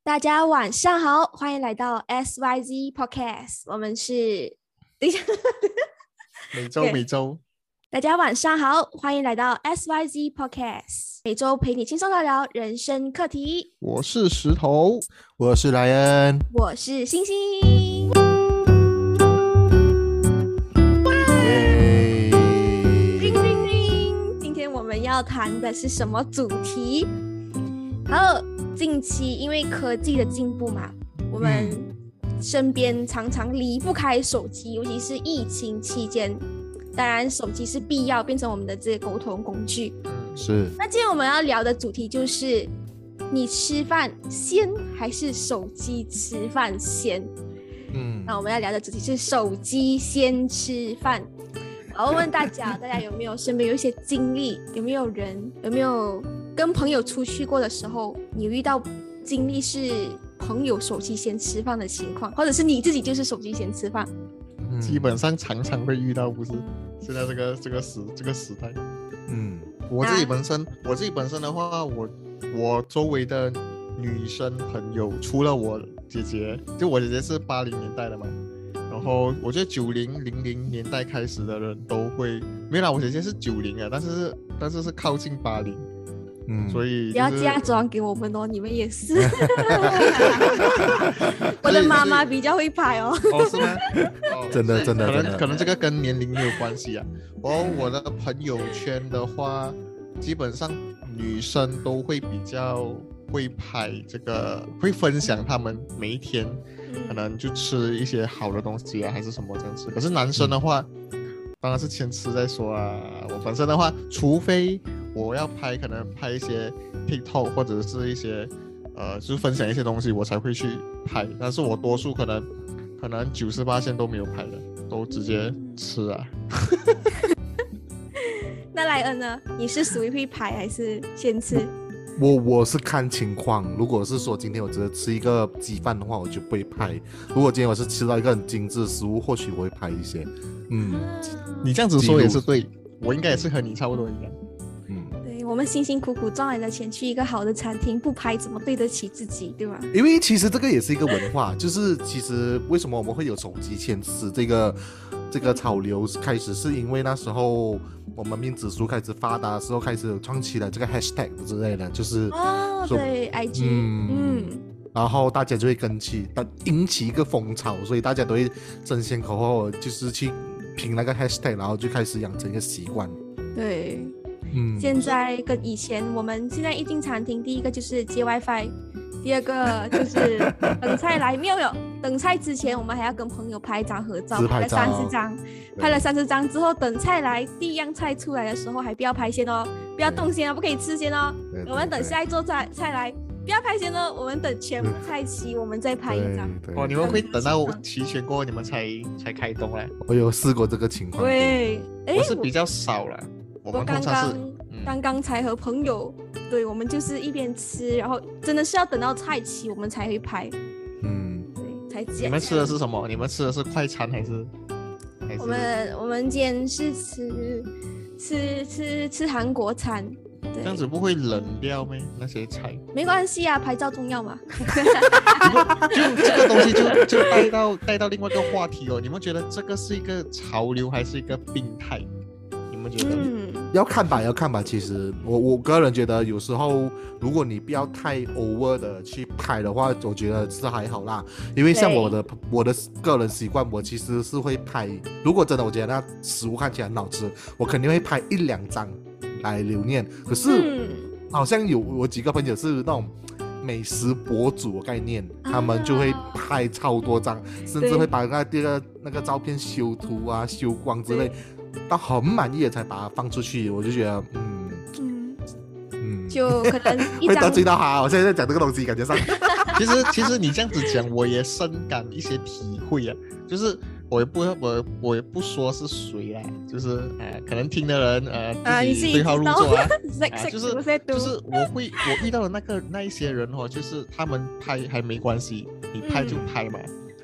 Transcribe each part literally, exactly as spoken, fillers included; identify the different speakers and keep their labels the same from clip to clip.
Speaker 1: 大家晚上好，欢迎来到 S Y Z Podcast， 我们是等一下
Speaker 2: 每周每周
Speaker 1: 大家晚上好，欢迎来到 S Y Z Podcast， 每周陪你轻松聊聊人生课题。
Speaker 2: 我是石头，
Speaker 3: 我是莱恩，
Speaker 1: 我是星星。
Speaker 3: 耶！
Speaker 1: 叮叮叮！今天我们要谈的是什么主题？好，近期因为科技的进步嘛，我们身边常常离不开手机，尤其是疫情期间。当然，手机是必要，变成我们的这个沟通工具。
Speaker 3: 是。
Speaker 1: 那今天我们要聊的主题就是，你吃饭先还是手机吃饭先？嗯，那我们要聊的主题是手机先吃饭。我问问大家，大家有没有身边有一些经历？有没有人有没有跟朋友出去过的时候，你遇到经历是朋友手机先吃饭的情况，或者是你自己就是手机先吃饭？
Speaker 2: 基本上常常会遇到，不是？现在这个这个时这个时代，嗯，我自己本身、啊、我自己本身的话，我我周围的女生朋友，除了我姐姐，就我姐姐是八零年代的嘛，然后我觉得九零零零年代开始的人都会，没有啦，我姐姐是九零啊，但是但是是靠近八零。嗯，所以、就是、
Speaker 1: 不要嫁妆给我们哦，你们也是。我的妈妈比较会拍哦。
Speaker 2: 哦，是吗？哦、
Speaker 3: 真的真的，
Speaker 2: 可能可能这个跟年龄没有关系啊。哦，我的朋友圈的话，基本上女生都会比较会拍这个，会分享他们每一天可能就吃一些好的东西啊，还是什么这样子。可是男生的话，当然是先吃再说啊。我本身的话，除非我要拍，可能拍一些 TikTok 或者是一些呃，就是分享一些东西，我才会去拍。但是我多数可能可能九十八线都没有拍的，都直接吃啊。
Speaker 1: 那莱恩呢？你是属于会拍还是先吃？
Speaker 3: 我我是看情况，如果是说今天我只是吃一个鸡饭的话，我就不会拍。如果今天我是吃到一个很精致的食物，或许我会拍一些。嗯，
Speaker 2: 你这样子说也是对，我应该也是和你差不多一样。
Speaker 1: 我们辛辛苦苦赚来的钱去一个好的餐厅，不拍怎么对得起自己，对吧？
Speaker 3: 因为其实这个也是一个文化，就是其实为什么我们会有手机先吃这个这个潮流开始，是因为那时候我们面子书开始发达的时候，开始创起了这个 hashtag 之类的，就是
Speaker 1: 哦，对 I G， 嗯, 嗯
Speaker 3: 然后大家就会跟起，引起一个风潮，所以大家都会争先恐后，就是去拼那个 hashtag， 然后就开始养成一个习惯。
Speaker 1: 对。嗯、现在跟以前，我们现在一进餐厅，第一个就是接 WiFi， 第二个就是等菜来，没有有等菜之前，我们还要跟朋友拍一张合照，拍了三十张，拍了三十张之后，等菜来，第一样菜出来的时候还不要拍先哦，不要动先哦，不可以吃先哦，我们等下一桌菜菜来，不要拍先哦，我们等全部菜齐，我们再拍一张。
Speaker 2: 哦，你们会等到齐全过后，你们才才开动嘞？
Speaker 3: 我有试过这个情况。
Speaker 1: 对，
Speaker 2: 我是比较少了。我们通常是
Speaker 1: 刚刚才和朋友，对，我们就是一边吃，然后真的是要等到菜齐我们才会拍，嗯，对，才剪。
Speaker 2: 你们吃的是什么？你们吃的是快餐还是？还是
Speaker 1: 我们我们今天是吃吃吃吃韩国餐，对。
Speaker 2: 这样子不会冷掉吗？那些菜？
Speaker 1: 没关系啊，拍照重要嘛。
Speaker 2: 就这个东西就就带到带到另外一个话题哦。你们觉得这个是一个潮流还是一个病态？
Speaker 3: 嗯，要看吧，要看吧。其实我我个人觉得，有时候如果你不要太 over 的去拍的话，我觉得是还好啦。因为像我的我的个人习惯，我其实是会拍。如果真的我觉得那食物看起来很好吃，我肯定会拍一两张来留念。可是、嗯、好像有我几个朋友是那种美食博主的概念，啊、他们就会拍超多张，甚至会把那个那个照片修图啊、修光之类。到很满意了才把它放出去，我就觉得嗯嗯
Speaker 1: 嗯，就可能一
Speaker 3: 会得罪到他。我现在在讲这个东西，感觉上
Speaker 2: 其实其实你这样子讲，我也深感一些体会啊。就是我也不我我也不说是谁啦，就是呃可能听的人呃自己对号入座啊，啊就是就是我会我遇到的那个那一些人哦，就是他们拍还没关系，你拍就拍嘛。嗯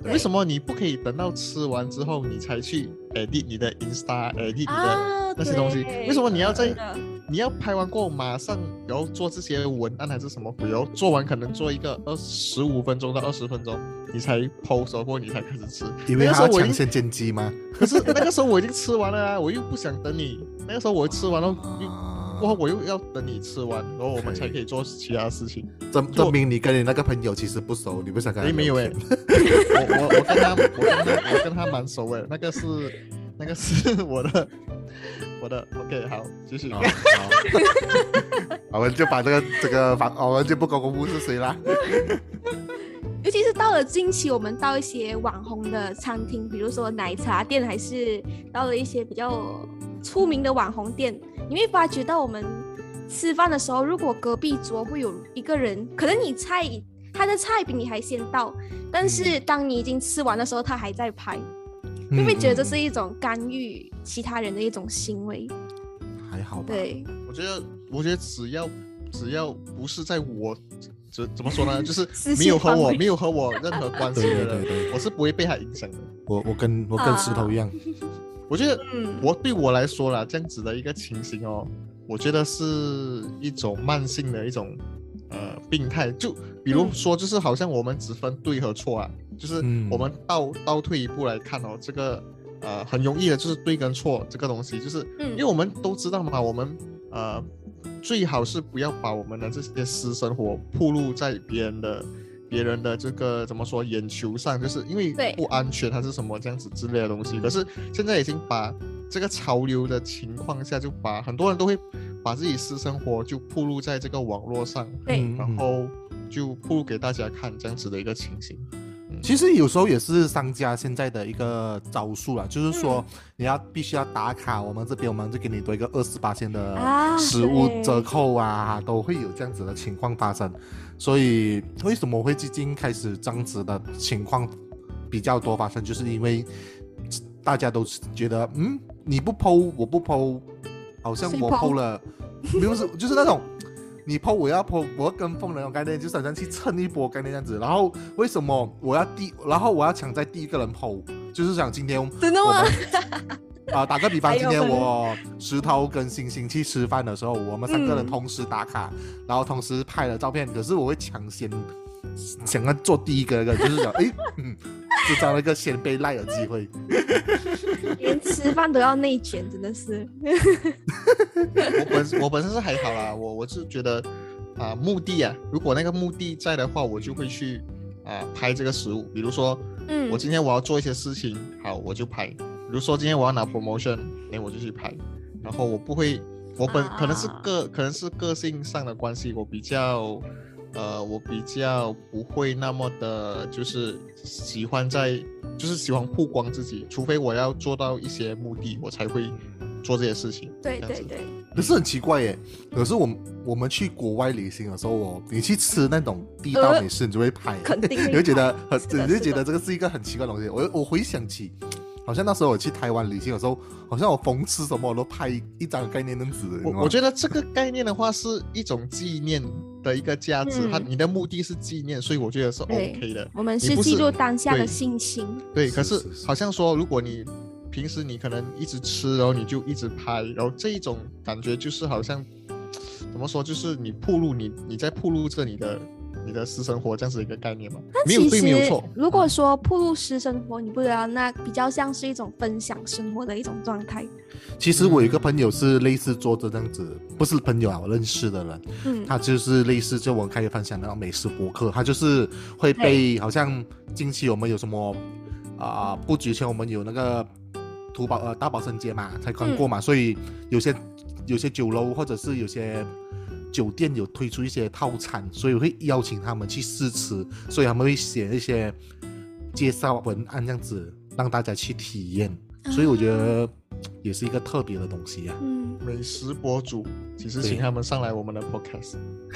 Speaker 2: 为什么你不可以等到吃完之后你才去 edit 你的 Insta edit 你的那些东西？为什么你要在你要拍完过后马上然后做这些文案还是什么鬼？然后做完可能做一个二十五分钟到二十分钟，你才 post 过后你才开始吃。
Speaker 3: 因为他要抢先剪辑吗？
Speaker 2: 可是那个时候我已经吃完了啊，我又不想等你。那个时候我吃完了。过后我又要等你吃完，然后我们才可以做其他事情。
Speaker 3: 证证明你跟你那个朋友其实不熟，你不想跟他聊天。
Speaker 2: 没有哎，我我我跟他我跟他我跟他蛮熟哎，那个是那个是我的我的 OK 好继续。好，
Speaker 3: 我们就把这个这个房我们就不公布是谁啦。
Speaker 1: 尤其是到了近期，我们到一些网红的餐厅，比如说奶茶店，还是到了一些比较出名的网红店，你会发觉到我们吃饭的时候，如果隔壁桌会有一个人，可能你菜他的菜比你还先到，但是当你已经吃完的时候，他还在拍，你会不会觉得这是一种干预其他人的一种行为？
Speaker 3: 还好吧。
Speaker 1: 对，
Speaker 2: 我觉得，我觉得只要只要不是在我。怎怎么说呢？就是没有和我没有和我任何关系的人，
Speaker 3: 对对对对，
Speaker 2: 我是不会被他影响的。
Speaker 3: 我我跟我跟石头一样，啊、
Speaker 2: 我觉得我对我来说啦，这样子的一个情形哦，我觉得是一种慢性的一种呃病态。就比如说，就是好像我们只分对和错啊，就是我们倒倒退一步来看哦，这个呃很容易的，就是对跟错这个东西，就是因为我们都知道嘛，我们呃。最好是不要把我们的这些私生活暴露在别人的别人的这个怎么说眼球上，就是因为不安全还是什么这样子之类的东西。可是现在已经把这个潮流的情况下，就把很多人都会把自己私生活就暴露在这个网络上，
Speaker 1: 对，
Speaker 2: 然后就暴露给大家看这样子的一个情形。
Speaker 3: 其实有时候也是商家现在的一个招数啦，就是说你要必须要打卡，我们这边我们就给你多一个二十八%的食物折扣啊，都会有这样子的情况发生。所以为什么会最近开始这样子的情况比较多发生，就是因为大家都觉得，嗯，你不 po 我不 po， 好像我 po 了，没有是就是那种。你 po 我要 po 我要跟风的那种概念，就是好像去蹭一波概念这样子。然后为什么我要第，然后我要抢在第一个人 po， 就是想今天
Speaker 1: 真的吗？
Speaker 3: 啊、呃，打个比方，今天我石头跟星星去吃饭的时候，我们三个人同时打卡，嗯、然后同时拍了照片，可是我会抢先想要做第一个那个，就是讲哎，嗯，制造一个先被赖的机会。
Speaker 1: 连吃饭都要内卷，真的是。
Speaker 2: 我本我本身是还好啦，我我是觉得啊、呃，目的啊，如果那个目的在的话，我就会去啊、呃、拍这个食物。比如说，嗯，我今天我要做一些事情，好，我就拍。比如说今天我要拿 promotion， 哎，我就去拍。然后我不会，我本、啊、可能是个可能是个性上的关系，我比较。呃，我比较不会那么的，就是喜欢在，就是喜欢曝光自己，除非我要做到一些目的，我才会做这些事情。
Speaker 1: 对对对。
Speaker 3: 可是很奇怪耶，可是我们我们去国外旅行的时候，我你去吃那种地道美食，呃、你就会拍，
Speaker 1: 肯定会拍，
Speaker 3: 你会觉得很，你就觉得这个是一个很奇怪的东西。我我回想起。好像那时候我去台湾旅行的时候，好像我逢吃什么我都拍一张概念的纸。
Speaker 2: 我我觉得这个概念的话是一种纪念的一个价值，嗯、它你的目的是纪念，所以我觉得是 OK 的。
Speaker 1: 我们是记录当下的心情。
Speaker 2: 对，对可是好像说，如果你平时你可能一直吃，然后你就一直拍，然后这一种感觉就是好像怎么说，就是你暴露你你在暴露着你的。你的私生活这样子的一个概念吗？没有对，没有错。
Speaker 1: 如果说暴露私生活，你不知道，那比较像是一种分享生活的一种状态。
Speaker 3: 其实我有一个朋友是类似做这样子，不是朋友啊，我认识的人，嗯，他就是类似就我开始分享的美食博客，他就是会被好像近期我们有什么啊、呃，不久前我们有那个土宝呃大宝生节嘛，才刚过嘛，嗯、所以有些有些酒楼或者是有些。酒店有推出一些套餐，所以我会邀请他们去试吃，所以他们会写一些介绍文案这样子，让大家去体验。所以我觉得也是一个特别的东西啊。
Speaker 1: 嗯，
Speaker 2: 美食博主，其实请他们上来我们的 podcast。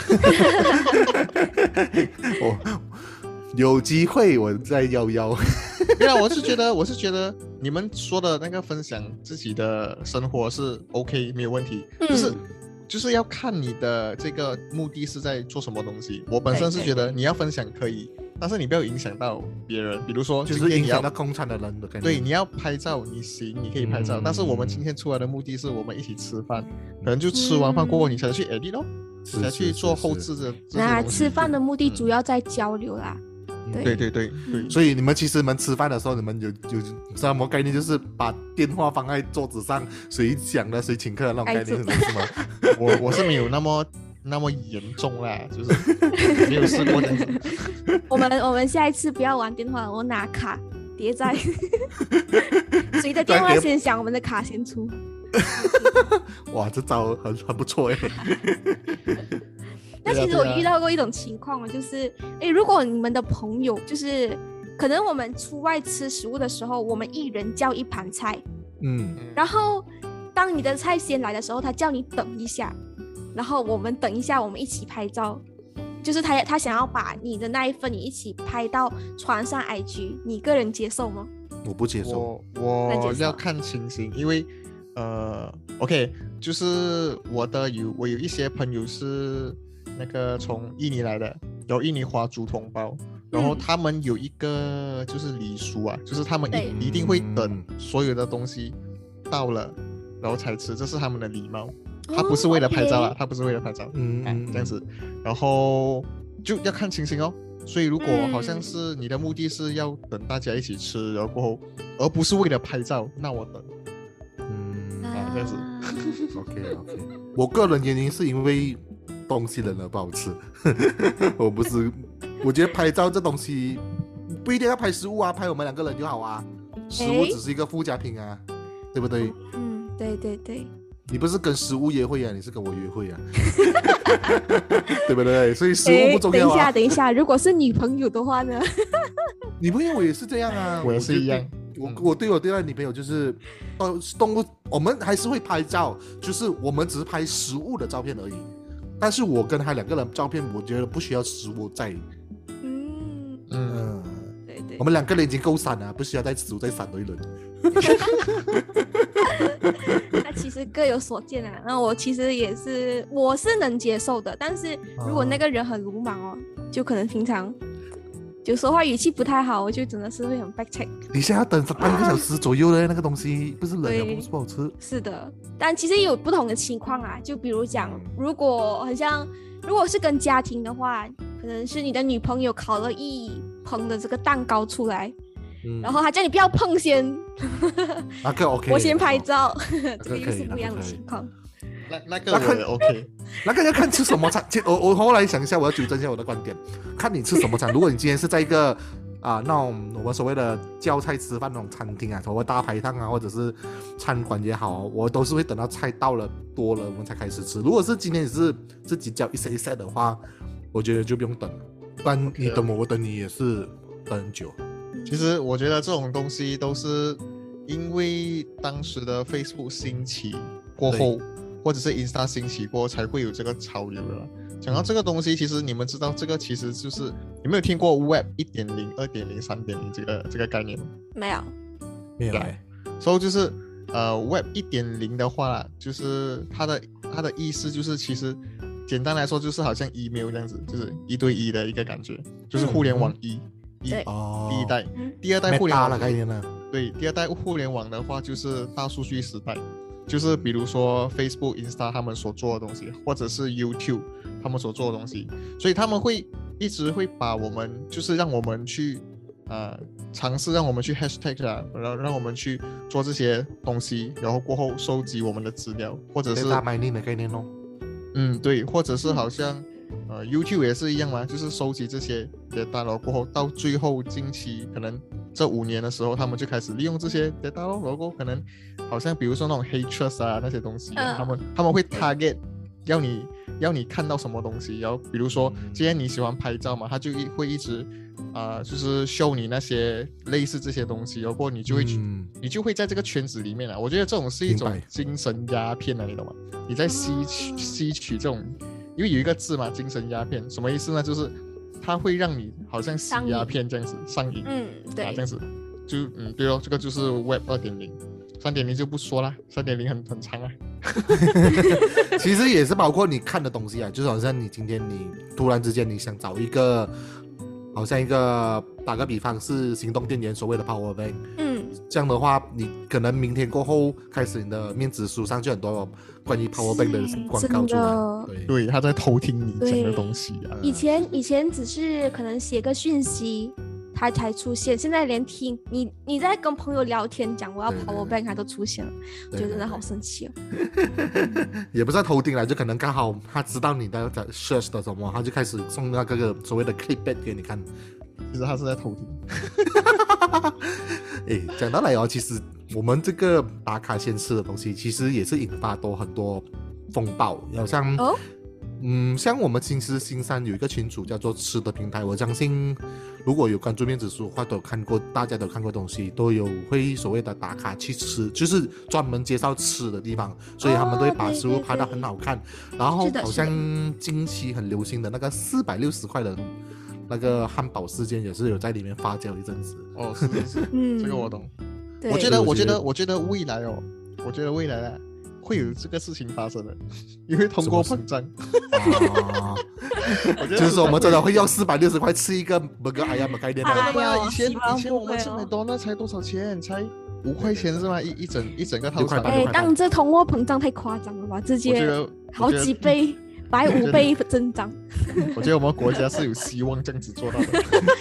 Speaker 3: 我有机会我再邀邀。
Speaker 2: 对啊，我是觉得，我是觉得你们说的那个分享自己的生活是 OK 没有问题，嗯、就是。就是要看你的这个目的是在做什么东西。我本身是觉得你要分享可以， 但是你不要影响到别人，比如说
Speaker 3: 就是影响到共产的人的感觉。
Speaker 2: 对，你要拍照，你行，你可以拍照，嗯、但是我们今天出来的目的是我们一起吃饭，可能就吃完饭过后你才去 edit 咯，
Speaker 3: 嗯、
Speaker 2: 才去做后置的。
Speaker 1: 那吃饭的目的主要在交流啦。
Speaker 2: 嗯、对对对对，
Speaker 3: 所以你们其实你们吃饭的时候，你们有有什么概念？就是把电话放在桌子上，谁讲的谁请客的那种概念是吗？
Speaker 2: 我我是没有那么。那么严重啦，就是没有试过这样子。
Speaker 1: 我们我们下一次不要玩电话，我拿卡叠在谁的电话先响，我们的卡先出。
Speaker 3: 哇，这招很很不错哎。
Speaker 1: 那其实我遇到过一种情况，就是哎，如果你们的朋友就是可能我们出外吃食物的时候，我们一人叫一盘菜，
Speaker 3: 嗯，
Speaker 1: 然后当你的菜先来的时候，他叫你等一下。然后我们等一下，我们一起拍照，就是他他想要把你的那一份你一起拍到传上 I G， 你个人接受吗？
Speaker 3: 我不接受，
Speaker 2: 我我要看情形，因为呃 ，OK， 就是我的有我有一些朋友是那个从印尼来的，有印尼华族同胞，然后他们有一个就是礼俗啊，就是他们一一定会等所有的东西到了，然后才吃，这是他们的礼貌。他不是为了拍照啦，
Speaker 1: oh, okay.
Speaker 2: 他不是为了拍照，
Speaker 3: 嗯、啊，
Speaker 2: 这样子，然后就要看情形哦。所以如果好像是你的目的是要等大家一起吃，然后过后，而不是为了拍照，那我等，
Speaker 3: 嗯，
Speaker 2: 啊，这样子。
Speaker 3: OK OK， 我个人原因是因为东西冷了不好吃，我不是，我觉得拍照这东西不一定要拍食物啊，拍我们两个人就好啊，食物只是一个附加品啊，对不对？
Speaker 1: 嗯，对对对。
Speaker 3: 你不是跟食物约会啊，你是跟我约会啊，对不对？所以食物不重要啊。
Speaker 1: 等一下，等一下，如果是女朋友的话呢？
Speaker 3: 女朋友我也是这样啊，
Speaker 2: 我也是一样。
Speaker 3: 我我对我对待女朋友就是，呃，动物我们还是会拍照，就是我们只是拍食物的照片而已。但是我跟他两个人照片，我觉得不需要食物在。
Speaker 1: 嗯
Speaker 3: 嗯，
Speaker 1: 对对。
Speaker 3: 我们两个人已经够闪了，不需要再食物再闪多一轮。
Speaker 1: 那其实各有所见啊，那我其实也是我是能接受的，但是如果那个人很鲁莽哦，就可能平常就说话语气不太好，我就真的是会很 back check。
Speaker 3: 你现在要等半个小时左右的那个东西，不是冷了，不是不好吃。
Speaker 1: 是的，但其实有不同的情况啊，就比如讲，如果很像，如果是跟家庭的话，可能是你的女朋友烤了一盆的这个蛋糕出来。嗯、然后他叫你不要碰先，
Speaker 3: 那个 OK，
Speaker 1: 我先拍照，这个又是不一样的情况。
Speaker 2: 那那个我也 OK，
Speaker 3: 那个要看吃什么餐。我我后来想一下，我要纠正一下我的观点，看你吃什么餐。如果你今天是在一个啊、呃、那种我们所谓的叫菜吃饭那种餐厅啊，所谓大排档啊，或者是餐馆也好，我都是会等到菜到了多了我们才开始吃。如果是今天你是自己叫一 set 一 set 的话，我觉得就不用等了，不然你等我，我等你也是等很久。
Speaker 2: 其实我觉得这种东西都是因为当时的 Facebook 兴起过后，或者是 Insta 兴起过后，才会有这个潮流的。讲到这个东西，其实你们知道这个其实就是有没有听过 Web 一点零、二点零、三点零 这个这个概念吗？
Speaker 1: 没有，
Speaker 3: 没有。
Speaker 2: 所以、so, 就是呃 Web 一点零 的话啦，就是它的它的意思就是其实简单来说就是好像 email 这样子，就是一对一的一个感觉，就是互联网一。嗯一
Speaker 3: 哦、
Speaker 2: 第一代、嗯，第二代互联网
Speaker 3: 的概念呢？
Speaker 2: 对，第二代互联网的话就是大数据时代，就是比如说 Facebook、Insta 他们所做的东西，或者是 YouTube 他们所做的东西，所以他们会一直会把我们，就是让我们去呃尝试，让我们去 hashtag 啊，然后让我们去做这些东西，然后过后收集我们的资料，或者是
Speaker 3: data mining 的概念哦。
Speaker 2: 嗯，对，或者是好像。呃 ，YouTube 也是一样嘛，就是收集这些 data 了过后，到最后近期可能这五年的时候，他们就开始利用这些 data 了，然后可能好像比如说那种 haters 啊那些东西、啊， uh, 他们他们会 target 要你要你看到什么东西，然后比如说今天你喜欢拍照嘛，他就会一直啊、呃、就是 show 你那些类似这些东西，然后你就会、嗯、你就会在这个圈子里面啊，我觉得这种是一种精神鸦片啊，你懂吗？你在吸取吸取这种。因为有一个字嘛，精神鸦片，什么意思呢？就是它会让你好像吸鸦片这样子上瘾，
Speaker 1: 嗯，对，
Speaker 2: 啊、这样子，就嗯，对哦，这个就是 Web 二点零，三点零就不说了，三点零很很长啊。
Speaker 3: 其实也是包括你看的东西啊，就是好像你今天你突然之间你想找一个好像一个打个比方是行动电源所谓的 power bank，
Speaker 1: 嗯，
Speaker 3: 这样的话你可能明天过后开始你的面子书上就很多关于 power bank 的广告出来，对
Speaker 2: 对，他在偷听你讲的东西啊。
Speaker 1: 以前以前只是可能写个讯息他才出现，现在连听你你在跟朋友聊天讲我要 power bank 他都出现了，我觉得真的好生气哦。
Speaker 3: 也不是偷听了，就可能刚好他知道你在 search 的什么，他就开始送那个个所谓的 clickbait 给你看。
Speaker 2: 其实他是在偷听。
Speaker 3: 哎，讲到来哦，其实我们这个打卡先吃的东西，其实也是引发多很多风暴，好像。哦嗯，像我们其实新山有一个群组叫做吃的平台，我相信如果有关注面子书的话都有看过，大家都有看过东西，都有会所谓的打卡去吃，就是专门介绍吃的地方，所以他们都会把食物拍得很好看。然后好像近期很流行的那个四百六十块的那个汉堡事件也是有在里面发酵一阵子。
Speaker 2: 哦，是是是，嗯，这个我懂。我觉
Speaker 1: 得
Speaker 2: 我觉得我觉得未来哦，我觉得未来啊会有这个事情发生的，因为通过膨胀。啊、
Speaker 3: 就是说我们真的会用四百六十块吃一个 burger 哎呀，概念的。
Speaker 2: 真的吗？以前以前我们吃美多那才多少钱？才五块钱是吗？一一整一整个套餐。
Speaker 1: 哎，当这通货膨胀太夸张了吧？直接好几倍，百五倍增长。
Speaker 2: 我觉得我们国家是有希望这样子做到的。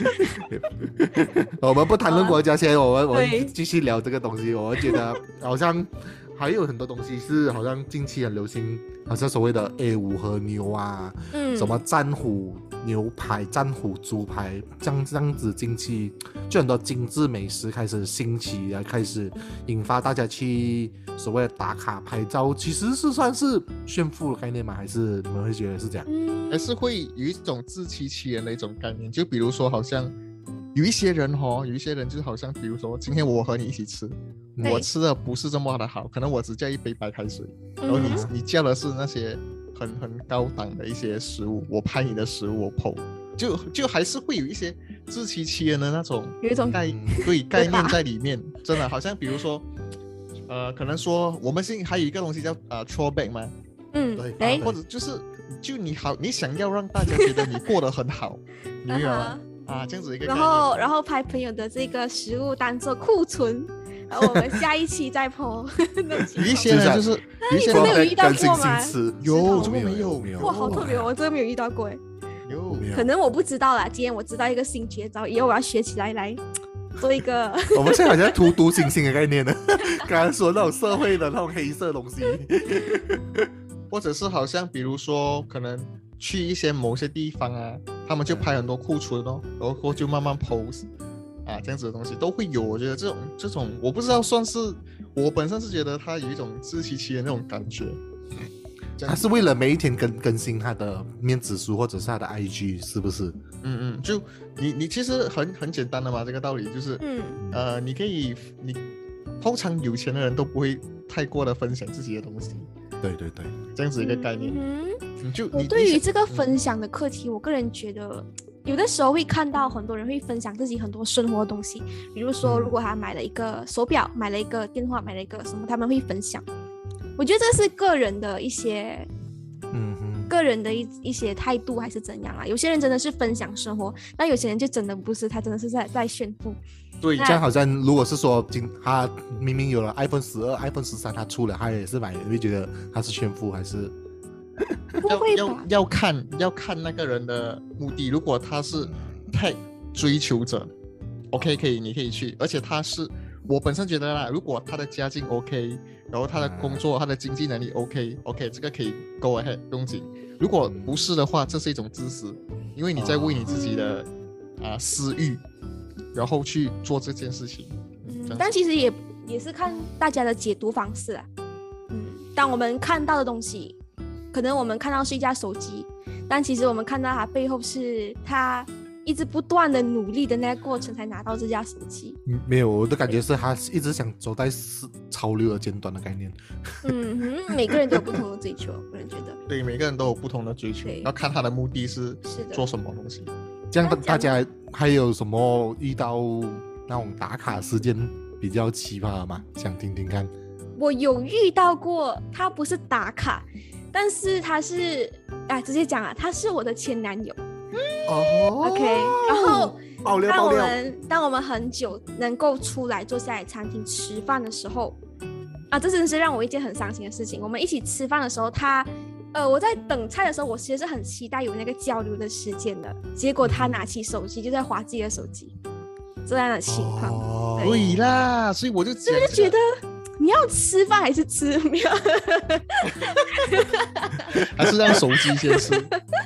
Speaker 3: 我们不谈论国家，现在我们我们继续聊这个东西。我觉得好像。还有很多东西是好像近期很流行，好像所谓的 A 五 和牛啊，嗯，什么战虎牛排、战虎猪排，这样这样子近期就很多精致美食开始兴起，来开始引发大家去所谓的打卡拍照，其实是算是炫富的概念吗？还是你们会觉得是这样？
Speaker 1: 嗯，
Speaker 2: 还是会有一种自欺欺人的一种概念，就比如说好像。有一些人哦，有一些人就好像，比如说今天我和你一起吃，我吃的不是这么的好，可能我只叫一杯白开水，然后你你叫的是那些很很高档的一些食物，我拍你的食物我 po， 就就还是会有一些自欺欺人的那种
Speaker 1: 有一种
Speaker 2: 概对概念在里面，真的好像比如说，呃，可能说我们现在还有一个东西叫呃 throwback 嘛，
Speaker 1: 嗯，
Speaker 2: 对，或者就是就你好，你想要让大家觉得你过得很好，你有吗？啊，这样子一个概念，
Speaker 1: 然后然后拍朋友的这个食物当做库存，然后我们下一期再 po。
Speaker 2: 有一些人就是，有一些人
Speaker 1: 有遇到过吗？
Speaker 2: 有，怎么没有？
Speaker 1: 哇，好特别，我真的没有遇到过哎。
Speaker 2: 有，
Speaker 1: 可能我不知道啦。今天我知道一个新绝招，以后我要学起来来做一个。
Speaker 3: 我们现在好像荼毒星星的概念呢。刚才说那种社会的那种黑色东西，
Speaker 2: 或者是好像比如说可能。去一些某些地方啊，他们就拍很多库存哦，然后就慢慢 post 啊，这样子的东西都会有。我觉得这种这种，我不知道算是我本身是觉得他有一种自欺欺人那种感觉。
Speaker 3: 他是为了每一天更更新他的面子书或者是他的 I G， 是不是？
Speaker 2: 嗯嗯，就你你其实很很简单的嘛，这个道理就是，嗯呃，你可以你通常有钱的人都不会太过的分享自己的东西。
Speaker 3: 对对对，
Speaker 2: 这样子一个概念。
Speaker 1: 嗯，
Speaker 2: 你就
Speaker 1: 我对于这个分享的课题，我个人觉得，有的时候会看到很多人会分享自己很多生活的东西，比如说，如果他买了一个手表，买了一个电话，买了一个什么，他们会分享。我觉得这是个人的一些，嗯哼，个人的一一些态度还是怎样啊？有些人真的是分享生活，那有些人就真的不是，他真的是在在炫富。
Speaker 3: 对，这样好像如果是说今他明明有了 iPhone 十二、iPhone 十三，他出了，他也是买，你会觉得他是炫富还是？
Speaker 2: 要要要看要看那个人的目的，如果他是太追求者 ，OK 可以，你可以去，而且他是我本身觉得啦，如果他的家境 OK， 然后他的工作、他的经济能力 OK，OK，、OK, OK, 这个可以 go ahead 不用紧。如果不是的话，这是一种自私，因为你在为你自己的啊、呃、私欲。然后去做这件事情，
Speaker 1: 嗯，但其实也也是看大家的解读方式啊。嗯，当我们看到的东西，可能我们看到是一架手机，但其实我们看到它背后是他一直不断的努力的那个过程才拿到这架手机。
Speaker 3: 没有，我的感觉是他一直想走在潮流的尖端的概念。
Speaker 1: 嗯哼，每个人都有不同的追求，我个人觉得。
Speaker 2: 对，每个人都有不同的追求，要看他的目的是做什么东西。
Speaker 3: 这样大家还有什么遇到那种打卡事件比较奇葩的吗？想听听看。
Speaker 1: 我有遇到过，他不是打卡，但是他是啊，直接讲啊，他是我的前男友。
Speaker 3: 哦
Speaker 1: OK， 然后
Speaker 3: 爆料爆料。
Speaker 1: 当我们当我们很久能够出来坐下来餐厅吃饭的时候，啊，这真的是让我一件很伤心的事情。我们一起吃饭的时候，他呃，我在等菜的时候，我其实是很期待有那个交流的时间的。结果他拿起手机就在滑自己的手机，这样的情况。
Speaker 3: 哦，
Speaker 2: 对啦，所以我就
Speaker 1: 所以我就觉得你要吃饭还是吃？没有，
Speaker 2: 还是让手机先吃。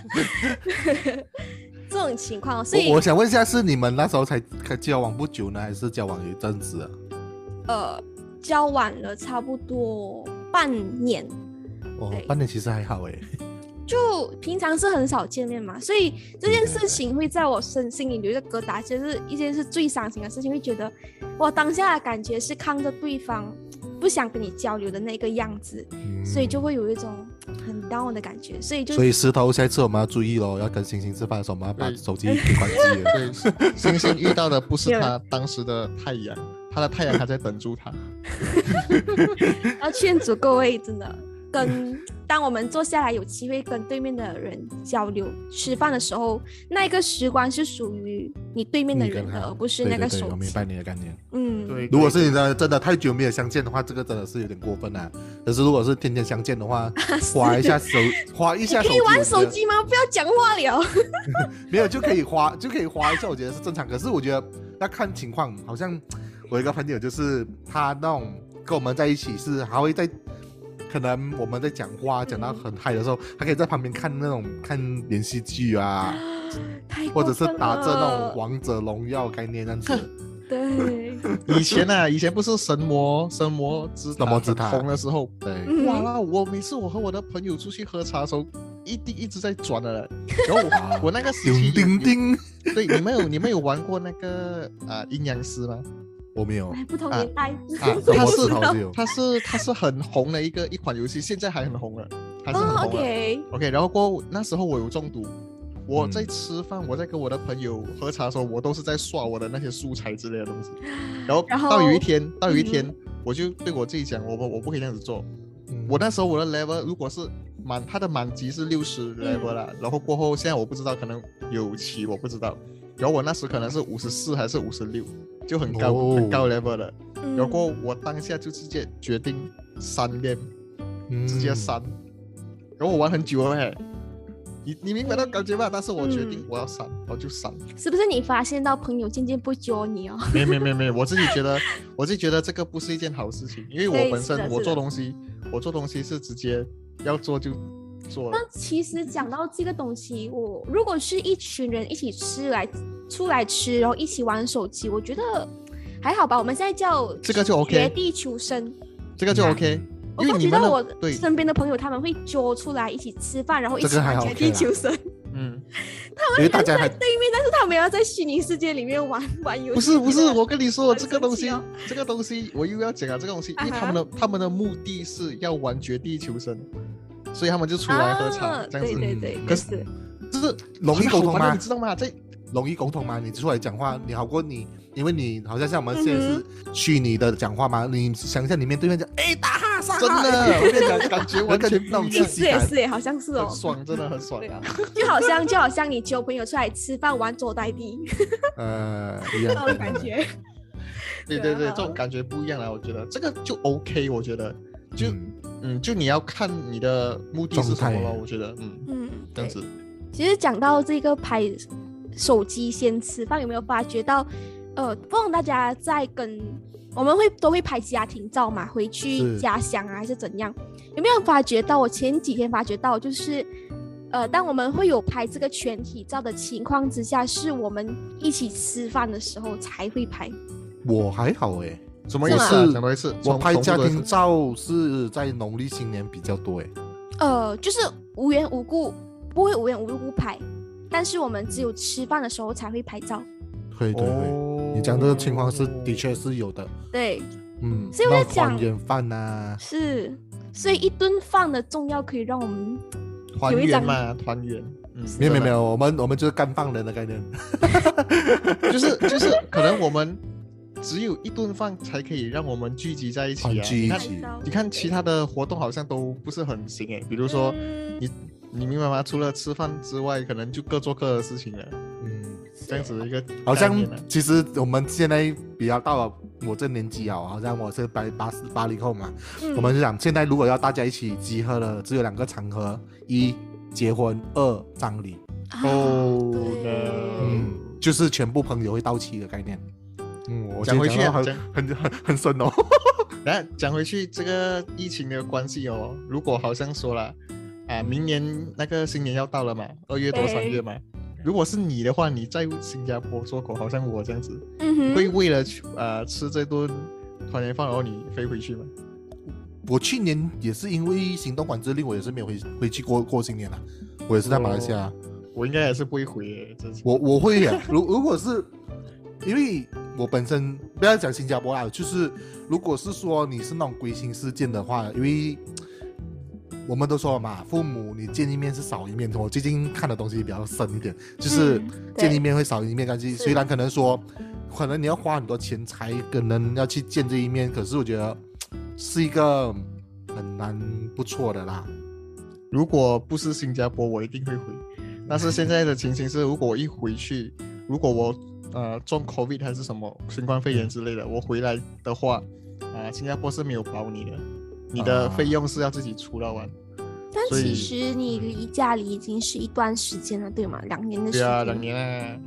Speaker 1: 这种情况，所以
Speaker 3: 我, 我想问一下，是你们那时候才交往不久呢，还是交往有一阵子啊？
Speaker 1: 呃，交往了差不多半年。
Speaker 3: 哦，半年其实还好哎。
Speaker 1: 就平常是很少见面嘛，所以这件事情会在我身心里留一个疙瘩，就是一件是最伤心的事情，会觉得我当下的感觉是看着对方不想跟你交流的那个样子，嗯、所以就会有一种很 down 的感觉，所以就
Speaker 3: 所以石头下一次我们要注意咯，要跟星星吃饭的时候，我们要把手机给关机了。
Speaker 2: 对，星星遇到的不是他当时的太阳，他的太阳还在等住他。
Speaker 1: 要劝阻各位，真的。跟当我们坐下来有机会跟对面的人交流吃饭的时候，那个时光是属于你对面的人的，而不是那个手机。
Speaker 3: 对对对，我明白你的概念。
Speaker 1: 嗯，
Speaker 2: 对。
Speaker 3: 如果是你的真的太久没有相见的话，这个真的是有点过分啊。可是如果是天天相见的话，花一下手，花一下手机，
Speaker 1: 可以玩手机吗？不要讲话了。
Speaker 3: 没有就可以花，就可以花一下，我觉得是正常。可是我觉得要看情况，好像我有一个朋友就是他那种跟我们在一起是还会在。可能我们在讲话讲到很嗨的时候，他可以在旁边看那种看连续剧啊，或者是打着那种王者荣耀概念这样子。
Speaker 1: 对，
Speaker 2: 以前啊，以前不是神魔神魔之塔很红的时候，
Speaker 3: 对，
Speaker 2: 哇，我每次我和我的朋友出去喝茶的时候，一定一直在转的。然后我我那个时期，
Speaker 3: 叮叮叮，
Speaker 2: 对，你们有你们有玩过那个啊阴阳师吗？
Speaker 3: 我没有，
Speaker 1: 不同年代。
Speaker 2: 啊，啊它是它是它是很红的一个一款游戏，现在还很红了，还是很红了。
Speaker 1: Oh, OK
Speaker 2: OK， 然后过后那时候我有中毒，我在吃饭，嗯、我在跟我的朋友喝茶的时候，我都是在刷我的那些素材之类的东西。然后到有一天，到有一天，嗯、我就对我自己讲，我我不可以这样子做。嗯、我那时候我的 level 如果是满，它的满级是六十 level 啦，嗯、然后过后现在我不知道，可能有期我不知道。然后我那时可能是五十四还是五十六，就很高、哦、很高 level 了。嗯、然后我当下就直接决定删 game，、嗯、直接删。然后我玩很久了嘿，你你明白那感觉吧？但是我决定我要删，嗯、我就删。
Speaker 1: 是不是你发现到朋友渐渐不揪你哦？
Speaker 2: 没没没没，我自己觉得，我自己觉得这个不是一件好事情，因为我本身我做东西，我做东西是直接要做就。
Speaker 1: 那其实讲到这个东西，我如果是一群人一起吃来出来吃，然后一起玩手机，我觉得还好吧。我们现在叫
Speaker 2: 这个就 OK，
Speaker 1: 绝地求生，
Speaker 2: 这个就 OK。
Speaker 1: 我感觉到我身边的朋友他们会揪出来一起吃饭，然后一起玩绝地求生。嗯，他们人在对面，但是他们要在虚拟世界里面玩玩游戏。
Speaker 2: 不是不是，我跟你说，这个东西，这个东西我又要讲啊，这个东西，因为他们的、uh huh. 他们的目的是要玩绝地求生。所以他们就出来喝茶，啊、这样子。
Speaker 1: 对对对，
Speaker 2: 可是就是
Speaker 3: 容易沟通吗？
Speaker 2: 你知道吗？这
Speaker 3: 容易沟通吗？你出来讲话，你好过你，因为你好像像我们现在是虚拟的讲话嘛。嗯、你想一下，你面对面讲，哎，打哈杀哈，
Speaker 2: 真的，我跟你讲，感觉完全
Speaker 3: 那种
Speaker 1: 刺激感，是也是好像是哦，
Speaker 2: 很爽，真的很爽。
Speaker 1: 对啊，就好像就好像你揪朋友出来吃饭玩捉呆地，
Speaker 3: 呃，一样
Speaker 1: 的感觉。
Speaker 2: 对对对，这种感觉不一样了，我觉得这个就 OK， 我觉得就。嗯嗯，就你要看你的目的是什么了，我觉得，嗯嗯，这样子。
Speaker 1: 其实讲到这个拍手机先吃饭，有没有发觉到，呃，不懂大家在跟我们会都会拍家庭照嘛，回去家乡啊还是怎样？有没有发觉到？我前几天发觉到，就是呃，当我们会有拍这个全体照的情况之下，是我们一起吃饭的时候才会拍。
Speaker 3: 我还好哎、欸。
Speaker 2: 什么意思、啊？讲多一次。
Speaker 3: 我拍家庭照是在农历新年比较多诶。
Speaker 1: 呃，就是无缘无故，不会无缘无故拍，但是我们只有吃饭的时候才会拍照。
Speaker 3: 对对对，哦、你讲这个情况是的确是有的。
Speaker 1: 对，
Speaker 3: 嗯，
Speaker 1: 所以我讲
Speaker 3: 团圆饭呐，
Speaker 1: 是，所以一顿饭的重要可以让我们
Speaker 2: 团圆嘛，团圆。
Speaker 3: 嗯，没有没有没有，我们我们就是干饭人的概念，
Speaker 2: 就是就是可能我们。只有一顿饭才可以让我们聚集在一起啊！
Speaker 3: 聚一
Speaker 2: 起，你看其他的活动好像都不是很行哎。比如说你你明白吗？除了吃饭之外，可能就各做各的事情了。
Speaker 3: 嗯，
Speaker 2: 这样子的一个
Speaker 3: 好像
Speaker 2: 概念啊
Speaker 3: 其实我们现在比较到了我这年纪啊，好像我是八八八零后嘛，
Speaker 1: 嗯
Speaker 3: 我们就讲现在如果要大家一起集合的，只有两个场合：一结婚，二葬礼。
Speaker 2: 哦
Speaker 1: 对
Speaker 3: 嗯，就是全部朋友会到齐的概念。嗯，我
Speaker 2: 讲回去啊
Speaker 3: 很
Speaker 2: 讲
Speaker 3: 很很很深哦。
Speaker 2: 来讲回去这个疫情的关系哦，如果好像说了啊，明年那个新年要到了嘛，二月多
Speaker 1: 对
Speaker 2: 三月嘛，如果是你的话，你在新加坡做工，好像我这样子，
Speaker 1: 嗯哼，
Speaker 2: 会为了去呃吃这顿团圆饭，然后你飞回去吗？
Speaker 3: 我去年也是因为行动管制令，我也是没有回回去过过新年了，我也是在马来西亚。
Speaker 2: 哦我应该也是不会回耶，这次
Speaker 3: 我我会耶，如如果是因为我本身不要讲新加坡啦，就是如果是说你是那种归心似箭的话，因为我们都说了嘛，父母你见一面是少一面。我最近看的东西比较深一点，就是
Speaker 1: 嗯
Speaker 3: 见一面会少一面关系。
Speaker 1: 是
Speaker 3: 虽然可能说，可能你要花很多钱才可能要去见这一面，可是我觉得是一个很难不错的啦。
Speaker 2: 如果不是新加坡，我一定会回。但是现在的情形是，如果我一回去，如果我呃中 COVID 还是什么新冠肺炎之类的，我回来的话，啊、新加坡是没有保你的，你的
Speaker 3: 啊
Speaker 2: 费用是要自己出到完。
Speaker 1: 但
Speaker 2: 所以
Speaker 1: 其实你离家里已经是一段时间了，对吗？两年的时间。
Speaker 2: 对啊，两年啊。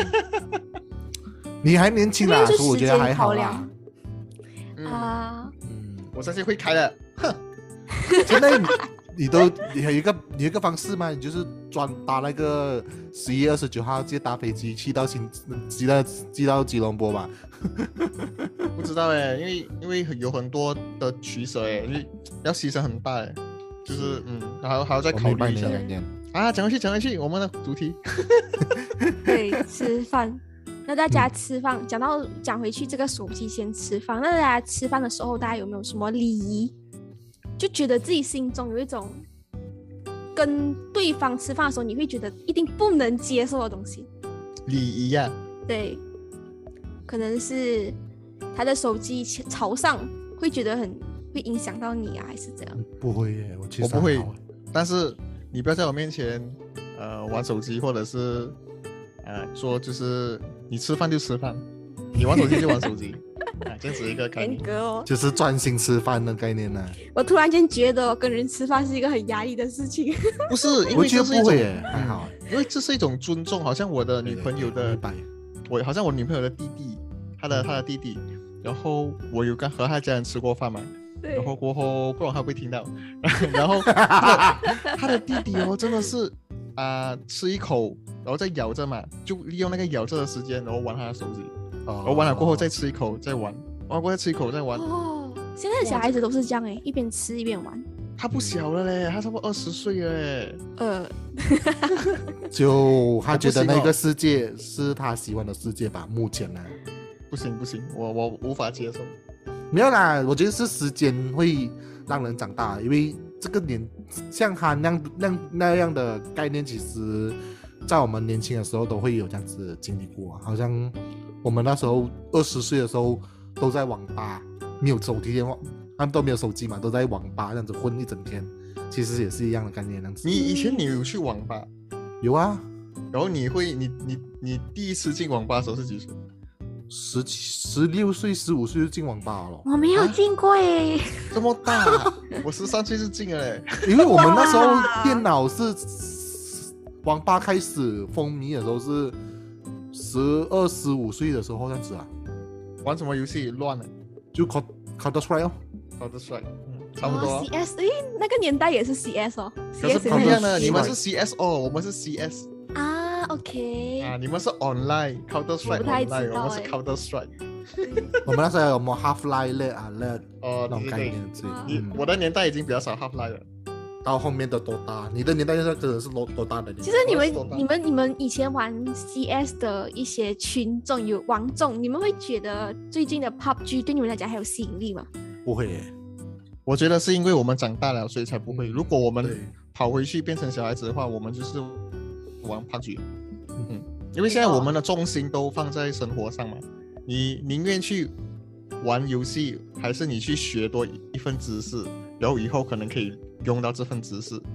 Speaker 3: 你还年轻啦，
Speaker 1: 那就是
Speaker 3: 所以我觉得还好啦
Speaker 1: 时间考量。
Speaker 2: 嗯，
Speaker 1: 啊，
Speaker 3: 嗯，
Speaker 2: 我相信会开的。哼，
Speaker 3: 现在你你都你还有一个你有一个方式嘛，你就是专搭那个十一月二十九号直接搭飞机去到新寄到寄到吉隆坡吧。
Speaker 2: 不知道哎，因为因为有很多的取舍哎，因为要牺牲很大哎，就是嗯，还要还要再
Speaker 3: 我明白
Speaker 2: 考虑一下
Speaker 3: 你的概念。
Speaker 2: 啊。讲回去，讲回去，我们的主题。
Speaker 1: 对，吃饭。那大家吃饭，讲到讲回去这个手机先吃饭，那大家吃饭的时候，大家有没有什么礼仪？就觉得自己心中有一种跟对方吃饭的时候，你会觉得一定不能接受的东西。
Speaker 2: 礼仪呀，
Speaker 1: 对，可能是他的手机朝上，会觉得很会影响到你啊，还是这样？
Speaker 3: 不会耶，我其实
Speaker 2: 我不会
Speaker 3: 还好
Speaker 2: 但是你不要在我面前呃玩手机，或者是呃做就是你吃饭就吃饭，你玩手机就玩手机啊，这样子一个概
Speaker 1: 严
Speaker 2: 念。
Speaker 1: 格哦。
Speaker 3: 就是专心吃饭的概念呢、
Speaker 1: 我突然间觉得跟人吃饭是一个很压力的事情。
Speaker 2: 不是，因
Speaker 3: 我觉得
Speaker 2: 为这是一种
Speaker 3: 不会耶，还好。
Speaker 2: 因为这是一种尊重，好像我的女朋友的
Speaker 3: 明白。
Speaker 2: 我好像我女朋友的弟弟，他的他的弟弟，然后我有跟和他家人吃过饭嘛，
Speaker 1: 对
Speaker 2: 然后过后不知道他会不会听到，然后他的他的弟弟哦，真的是啊、呃吃一口，然后再咬着嘛，就利用那个咬着的时间，然后玩他的手机，
Speaker 3: 哦
Speaker 2: 然后玩了过后再吃一口再玩，玩过后再吃一口再玩。
Speaker 1: 哦，现在的小孩子都是这样哎，一边吃一边玩。
Speaker 2: 他不小了嘞，他差不多二十岁了嘞。
Speaker 1: 呃，
Speaker 3: 就他觉得那
Speaker 2: 我不行哦
Speaker 3: 个世界是他喜欢的世界吧，目前呢。
Speaker 2: 不行不行，我我无法接受。
Speaker 3: 没有啦，我觉得是时间会让人长大，因为这个年像他那样那那样的概念，其实在我们年轻的时候都会有这样子经历过。好像我们那时候二十岁的时候都在网吧，没有手提电话，他们都没有手机嘛，都在网吧这样子混一整天，其实也是一样的概念，这样子。
Speaker 2: 你以前你有去网吧，
Speaker 3: 有啊，
Speaker 2: 然后你会你你你第一次进网吧的时候是几岁？
Speaker 3: 十七、十六岁、十五岁就进网吧了。
Speaker 1: 我没有进过哎。
Speaker 2: 这么大、啊，我十三岁就进了嘞。
Speaker 3: 因为我们那时候电脑是网吧开始风靡的时候是十二、十五岁的时候这样子啊，
Speaker 2: 玩什么游戏乱了
Speaker 3: 就 Counter Strike 哦。
Speaker 2: ，Counter Strike，嗯，差不多、啊
Speaker 1: 哦。C S， 诶，那个年代也是 C S 哦。
Speaker 2: 可是
Speaker 1: C S
Speaker 2: 不一样的，
Speaker 3: Counter
Speaker 2: 你们是
Speaker 3: Strike
Speaker 2: C S O， 我们是 C S
Speaker 1: 啊，OK。
Speaker 2: 啊，你们是 Online，Counter
Speaker 1: 我
Speaker 2: Strike
Speaker 1: 不太
Speaker 2: Online，
Speaker 1: 知道
Speaker 2: 我们是
Speaker 1: 欸
Speaker 2: Counter Strike。
Speaker 3: 我们那时候有什么 Half Life 类啊类
Speaker 2: 哦，
Speaker 3: 那种
Speaker 2: 对对对，
Speaker 3: 概念之类
Speaker 1: 啊
Speaker 2: 你
Speaker 3: 嗯，
Speaker 2: 我的年代已经比较少 Half Life 了。
Speaker 3: 到后面的多大？你的年代就是真的是多多大的年代？
Speaker 1: 其实你们
Speaker 2: 我是多大
Speaker 1: 你们你们以前玩 C S 的一些群众有王众，你们会觉得最近的 P U B G 对你们来讲还有吸引力吗？
Speaker 3: 不会耶，
Speaker 2: 我觉得是因为我们长大了，所以才不会。如果我们
Speaker 3: 对
Speaker 2: 跑回去变成小孩子的话，我们就是玩 P U B G。嗯，因为现在我们的重心都放在生活上嘛，你宁愿去玩游戏，还是你去学多一份知识，然后以后可能可以用到这份知识。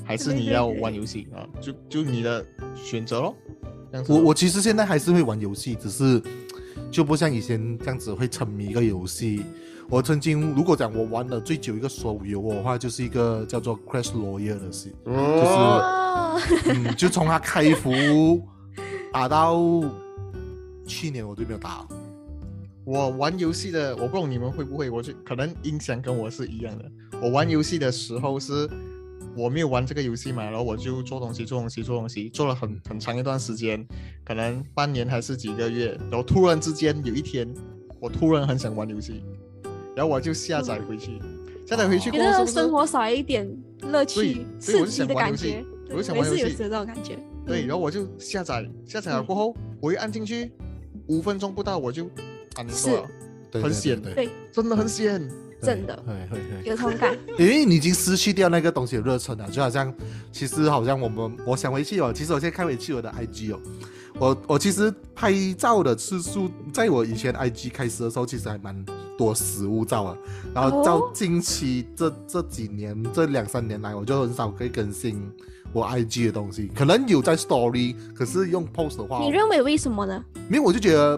Speaker 2: 还是你要玩游戏啊？就就你的选择咯。
Speaker 3: 我我其实现在还是会玩游戏，只是就不像以前这样子会沉迷一个游戏。我曾经如果讲我玩的最久一个手游的话，就是一个叫做 Clash Royale 的游戏，
Speaker 1: 哦、
Speaker 3: 就是嗯，就从它开服打到去年我都没有打。
Speaker 2: 我玩游戏的，我不懂你们会不会，我就可能印象跟我是一样的。我玩游戏的时候是我没有玩这个游戏嘛，然后我就做东西做东西做东西，做了很很长一段时间，可能半年还是几个月，然后突然之间有一天，我突然很想玩游戏，然后我就下载回去，嗯、下载回去过后，
Speaker 1: 觉得生活少一点乐趣、刺激的感觉，
Speaker 2: 我就想玩游戏，
Speaker 1: 我也是有这种感觉。
Speaker 2: 对，然后我就下载，下载了过后，嗯、我一按进去，五分钟不到我就按错了，很险，
Speaker 1: 对，
Speaker 2: 真的很险。
Speaker 1: 真的，
Speaker 3: 会会会
Speaker 1: 有同感，
Speaker 3: 因为你已经失去掉那个东西的热忱了，就好像，其实好像我们，我想回去哦，其实我现在看回去我的 I G 哦，我我其实拍照的次数，在我以前 I G 开始的时候，其实还蛮多实物照啊，然后到近期这这几年这两三年来，我就很少可以更新我 I G 的东西，可能有在 Story， 可是用 Post 的话，
Speaker 1: 你认为为什么呢？
Speaker 3: 因为我就觉得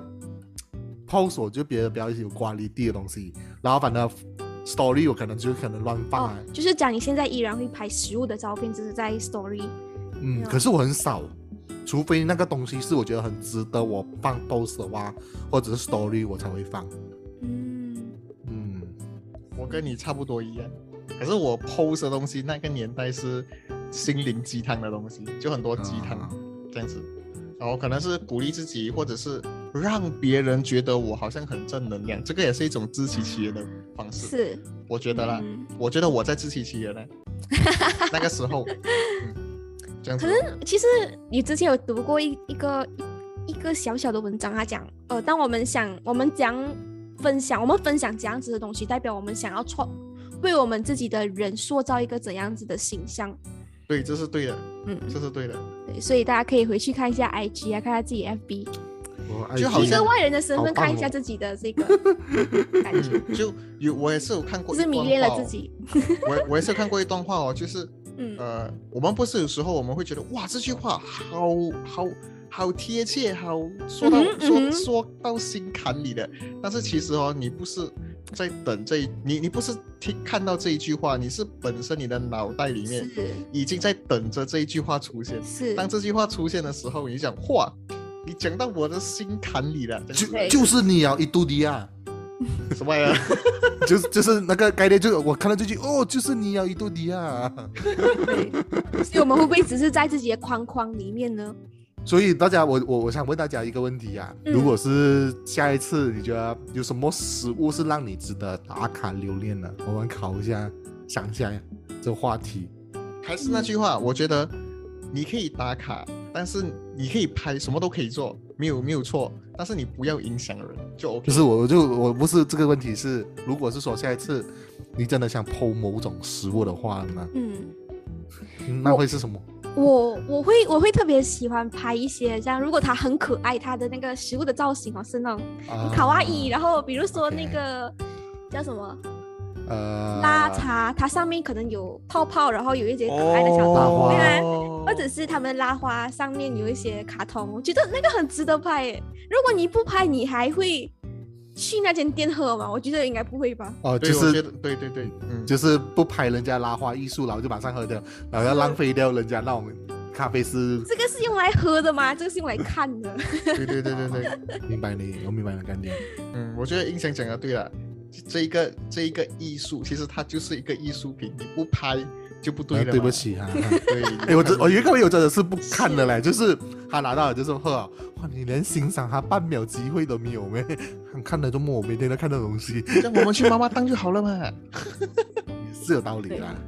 Speaker 3: Post 我就别的比较有quality的东西，然后反正 Story 我可能就可能乱放啊、
Speaker 1: 哦，就是讲你现在依然会拍实物的照片，只是在 Story。
Speaker 3: 嗯，可是我很少，除非那个东西是我觉得很值得我放 Post 的话，或者是 Story 我才会放。
Speaker 1: 嗯
Speaker 3: 嗯，
Speaker 2: 我跟你差不多一样，可是我 Post 的东西那个年代是心灵鸡汤的东西，就很多鸡汤、啊、这样子，然后可能是鼓励自己，或者是让别人觉得我好像很正能量，这个也是一种自欺欺人的方式。
Speaker 1: 是，
Speaker 2: 我觉得啦，嗯、我觉得我在自欺欺人呢。那个时候、嗯，这样子。
Speaker 1: 可是其实你之前有读过一一个一个小小的文章，他讲，呃，当我们想我们讲分享，我们分享这样子的东西，代表我们想要创为我们自己的人塑造一个怎样子的形象。
Speaker 2: 对，这是对的，嗯，这是对的。
Speaker 1: 对，所以大家可以回去看一下 I G 啊，看下自己 F B。
Speaker 2: 就好像
Speaker 1: 以一个外人的身份看一下自己的这个感觉、
Speaker 2: 嗯、就有我也是有看过一段话、哦、
Speaker 1: 就是迷恋了自己
Speaker 2: 我, 我也是看过一段话哦，就是、嗯、呃，我们不是有时候我们会觉得哇这句话好好好贴切，好说到、嗯、说, 说到心坎里的，但是其实哦你不是在等这一你你不是听看到这一句话，你是本身你的脑袋里面已经在等着这一句话出现，
Speaker 1: 是
Speaker 2: 当这句话出现的时候，你想哇你讲到我的心坎里了，
Speaker 3: 就就是你啊，一度的啊，
Speaker 2: 什么呀？
Speaker 3: 就是就是那个概念，就是我看到这句哦，就是你啊，一度的啊。
Speaker 1: 所以我们会不会只是在自己的框框里面呢？
Speaker 3: 所以大家，我我我想问大家一个问题啊，嗯、如果是下一次，你觉得有什么食物是让你值得打卡留念的？我们考一下，想一下这个话题。
Speaker 2: 还是那句话，我觉得你可以打卡。但是你可以拍，什么都可以做，没有没有错。但是你不要影响人，就 OK。
Speaker 3: 就是我就我不是这个问题是，如果是说下一次你真的想 po 某种食物的话呢，嗯，那会是什么？
Speaker 1: 我我会我会特别喜欢拍一些像，如果它很可爱，它的那个食物的造型哦是那种很卡哇伊，然后比如说那个、okay. 叫什么？呃，拉茶，它上面可能有泡泡，然后有一些可爱的小动物，对啊，或者是他们拉花上面有一些卡通，我觉得那个很值得拍耶。如果你不拍，你还会去那间店喝吗？我觉得应该不会吧。
Speaker 3: 哦，就是
Speaker 2: 对对对，嗯，
Speaker 3: 就是不拍人家拉花艺术，然后就马上喝掉，然后要浪费掉人家那种咖啡师。
Speaker 1: 这个是用来喝的吗？这个是用来看的。
Speaker 2: 对对对对对，
Speaker 3: 明白你，我明白你的概念。
Speaker 2: 嗯，我觉得印象讲的对了。这一个这一个艺术，其实它就是一个艺术品，你不拍就不对了、啊。
Speaker 3: 对不起哈、啊。
Speaker 2: 对，
Speaker 3: 哎、欸，我这我有一个朋友真的是不看的嘞，就是他拿到了就是喝，哇，你连欣赏他半秒机会都没有咩？看了就莫我每天都看到东西。
Speaker 2: 这样我们去妈妈档就好了嘛。
Speaker 3: 也是有道理啦。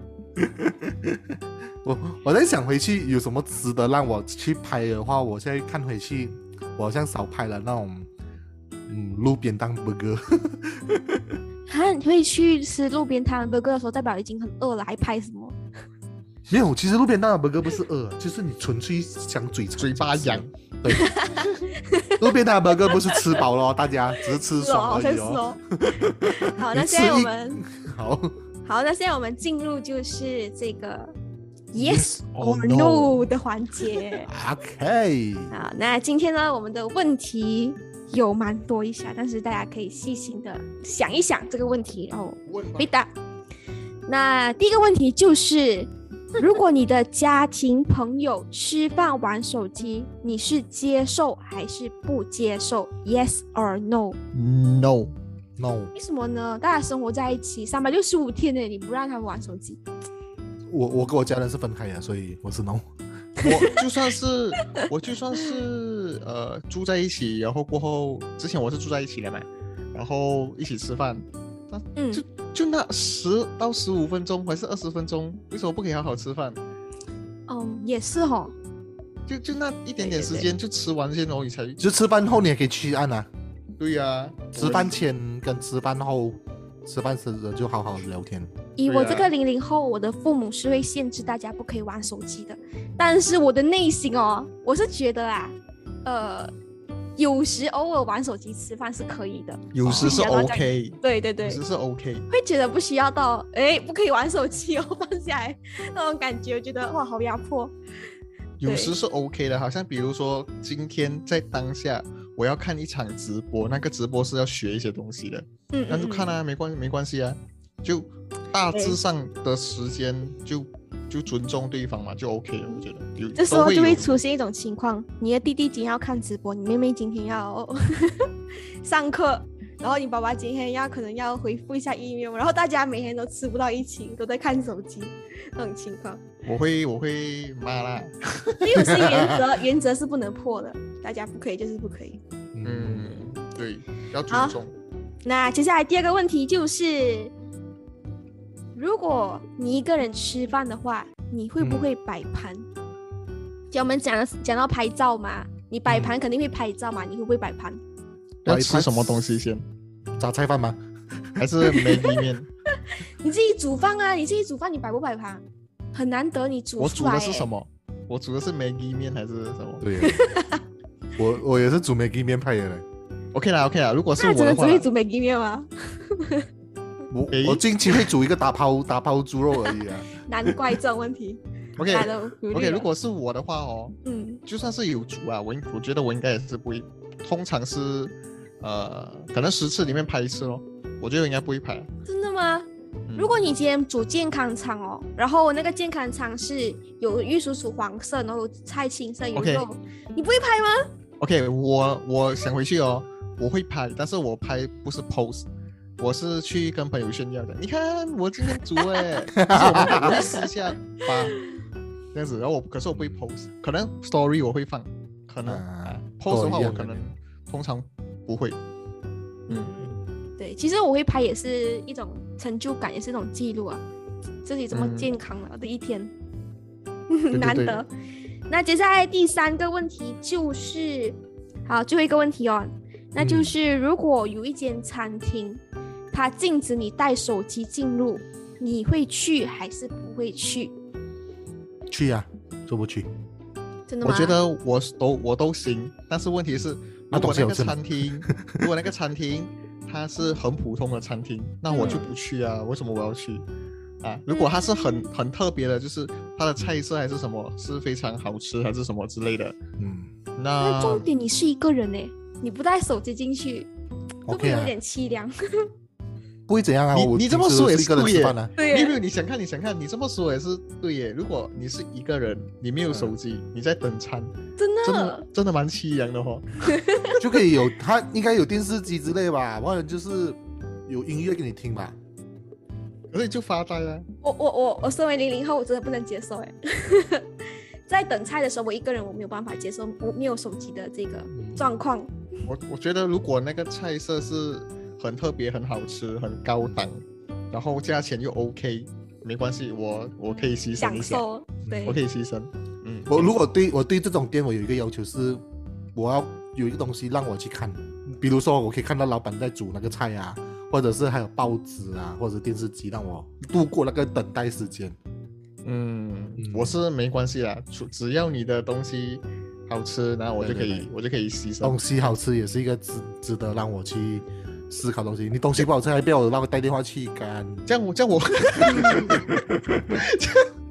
Speaker 3: 我我在想回去有什么值得让我去拍的话，我现在看回去，我好像少拍了那种。嗯，路边档 burger
Speaker 1: 啊，你会去吃路边摊 burger 的时候，代表已经很饿了，还拍什么？
Speaker 3: 没有，其实路边档的 burger 不是饿，就是你纯粹想嘴
Speaker 2: 嘴巴痒。
Speaker 3: 对，路边档的 burger 不是吃饱了，大家只是吃爽而已哦。
Speaker 1: 好，那现在我们
Speaker 3: 好
Speaker 1: 好，那现在我们进入就是这个 Yes or No 的环节。
Speaker 3: OK，
Speaker 1: 好，那今天呢，我们的问题有蛮多一下，但是大家可以细心的想一想这个问题，然后回答。那第一个问题就是，如果你的家庭朋友吃饭玩手机，你是接受还是不接受 ？Yes or No？
Speaker 2: No
Speaker 3: No。
Speaker 1: 为什么呢？大家生活在一起三百六十五天呢，你不让他们玩手机？
Speaker 3: 我我跟我家人是分开的，所以我是 No。
Speaker 2: 我就算是我就算是呃住在一起，然后过后之前我是住在一起的嘛，然后一起吃饭，那
Speaker 1: 嗯，
Speaker 2: 就就那十到十五分钟还是二十分钟，为什么不可以好好吃饭？
Speaker 1: 哦，也是哦，
Speaker 2: 就就那一点点时间就吃完先，然后你才
Speaker 3: 就吃饭后你也可以去按啊。
Speaker 2: 对呀、啊，
Speaker 3: 吃饭前跟吃饭后，吃饭时就好好聊天。
Speaker 1: 以我这个零零后，我的父母是会限制大家不可以玩手机的，但是我的内心哦，我是觉得啦，呃，有时偶尔玩手机吃饭是可以的，
Speaker 2: 有时是 OK，
Speaker 1: 对对对，
Speaker 2: 有时是 OK，
Speaker 1: 会觉得不需要到哎不可以玩手机哦，放下来那种感觉，我觉得哇好压迫。
Speaker 2: 有时是 OK 的，好像比如说今天在当下我要看一场直播，那个直播是要学一些东西的，
Speaker 1: 嗯，
Speaker 2: 那就看啊，没关没关系啊，就大致上的时间就就尊重对方嘛，就 OK 了，我觉得。有
Speaker 1: 这时候就会出现一种情况，你的弟弟今天要看直播，你妹妹今天要上课，然后你爸爸今天要可能要回复一下 email， 然后大家每天都吃不到一起，都在看手机，那种情况。
Speaker 2: 我会我会骂啦。
Speaker 1: 因为有些原则原则是不能破的，大家不可以就是不可以。
Speaker 2: 嗯，对，要尊重。
Speaker 1: 那接下来第二个问题就是，如果你一个人吃饭的话，你会不会摆盘？就、嗯、我们讲讲到拍照嘛，你摆盘肯定会拍照嘛，你会不会摆盘？
Speaker 2: 要吃什么东西先？
Speaker 3: 杂菜饭吗？
Speaker 2: 还是Maggi面？
Speaker 1: 你自己煮饭啊，你自己煮饭，你摆不摆盘？很难得你煮出来、欸。
Speaker 2: 我煮的是什么？我煮的是Maggi面还是什么？
Speaker 3: 对，我我也是煮Maggi面派的嘞。
Speaker 2: OK 啦 OK 啦，如果是我的话，
Speaker 1: 真的只会煮Maggi面吗？
Speaker 3: 我、欸、我近期会煮一个打抛打抛猪肉而已啊。
Speaker 1: 难怪这种问题。
Speaker 2: OK OK， 如果是我的话哦，
Speaker 1: 嗯，
Speaker 2: 就算是有煮啊，我我觉得我应该也是不会，通常是呃，可能十次里面拍一次咯，我觉得应该不会拍。
Speaker 1: 真的吗？如果你今天煮健康餐哦，然后那个健康餐是有玉蜀黍黄色，然后有菜青色，有肉，
Speaker 2: okay.
Speaker 1: 你不会拍吗
Speaker 2: ？OK， 我我想回去哦，我会拍，但是我拍不是 post， 我是去跟朋友炫耀的。你看我今天煮哎，我会私下发这样子，然后我可是我不会 post， 可能 story 我会放，可能、啊、post 的话我可能通常不会。嗯，
Speaker 1: 对，其实我会拍也是一种成就感，也是一种记录啊，自己这么健康了的一天，嗯、难得。那接下来第三个问题就是，好，最后一个问题哦，那就是如果有一间餐厅，它禁止你带手机进入，你会去还是不会去？
Speaker 3: 去啊，就不去。
Speaker 1: 真的吗？
Speaker 2: 我觉得我都我都行，但是问题是，如果那个餐厅，如果那个餐厅它是很普通的餐厅，那我就不去啊。嗯、为什么我要去啊？如果它是很很特别的，就是它的菜色还是什么是非常好吃，还是什么之类的，嗯，那,
Speaker 1: 那重点你是一个人哎，你不带手机进去，会不会有点凄凉？
Speaker 3: 不会怎样啊，
Speaker 2: 你你这么说也是对耶，
Speaker 3: 啊、
Speaker 2: 对耶，没有，你想看你想看，你这么说也是对耶。如果你是一个人，你没有手机，嗯、你在等餐，
Speaker 1: 真的
Speaker 2: 真的真的蛮凄凉的哦。
Speaker 3: 就可以有，他应该有电视机之类吧，或者就是有音乐给你听吧。
Speaker 2: 可是就发呆啊。
Speaker 1: 我我我我身为零零后，我真的不能接受哎。在等菜的时候，我一个人我没有办法接受我没有手机的这个状况。
Speaker 2: 我我觉得如果那个菜色是很特别、很好吃、很高档，然后价钱又 OK， 没关系，我我可以牺牲一下，
Speaker 1: 享受，对，
Speaker 2: 我可以牺牲。嗯，
Speaker 3: 我如果对我对这种店，我有一个要求是，我要有一个东西让我去看，比如说我可以看到老板在煮那个菜啊，或者是还有报纸啊，或者电视机，让我度过那个等待时间。
Speaker 2: 嗯，嗯我是没关系啦，只要你的东西好吃，然后我就可以，对对对我就可以牺牲。
Speaker 3: 东西好吃也是一个值值得让我去思考的东西。你东西不好吃，还不要我让我带电话去干。
Speaker 2: 这样我这样我，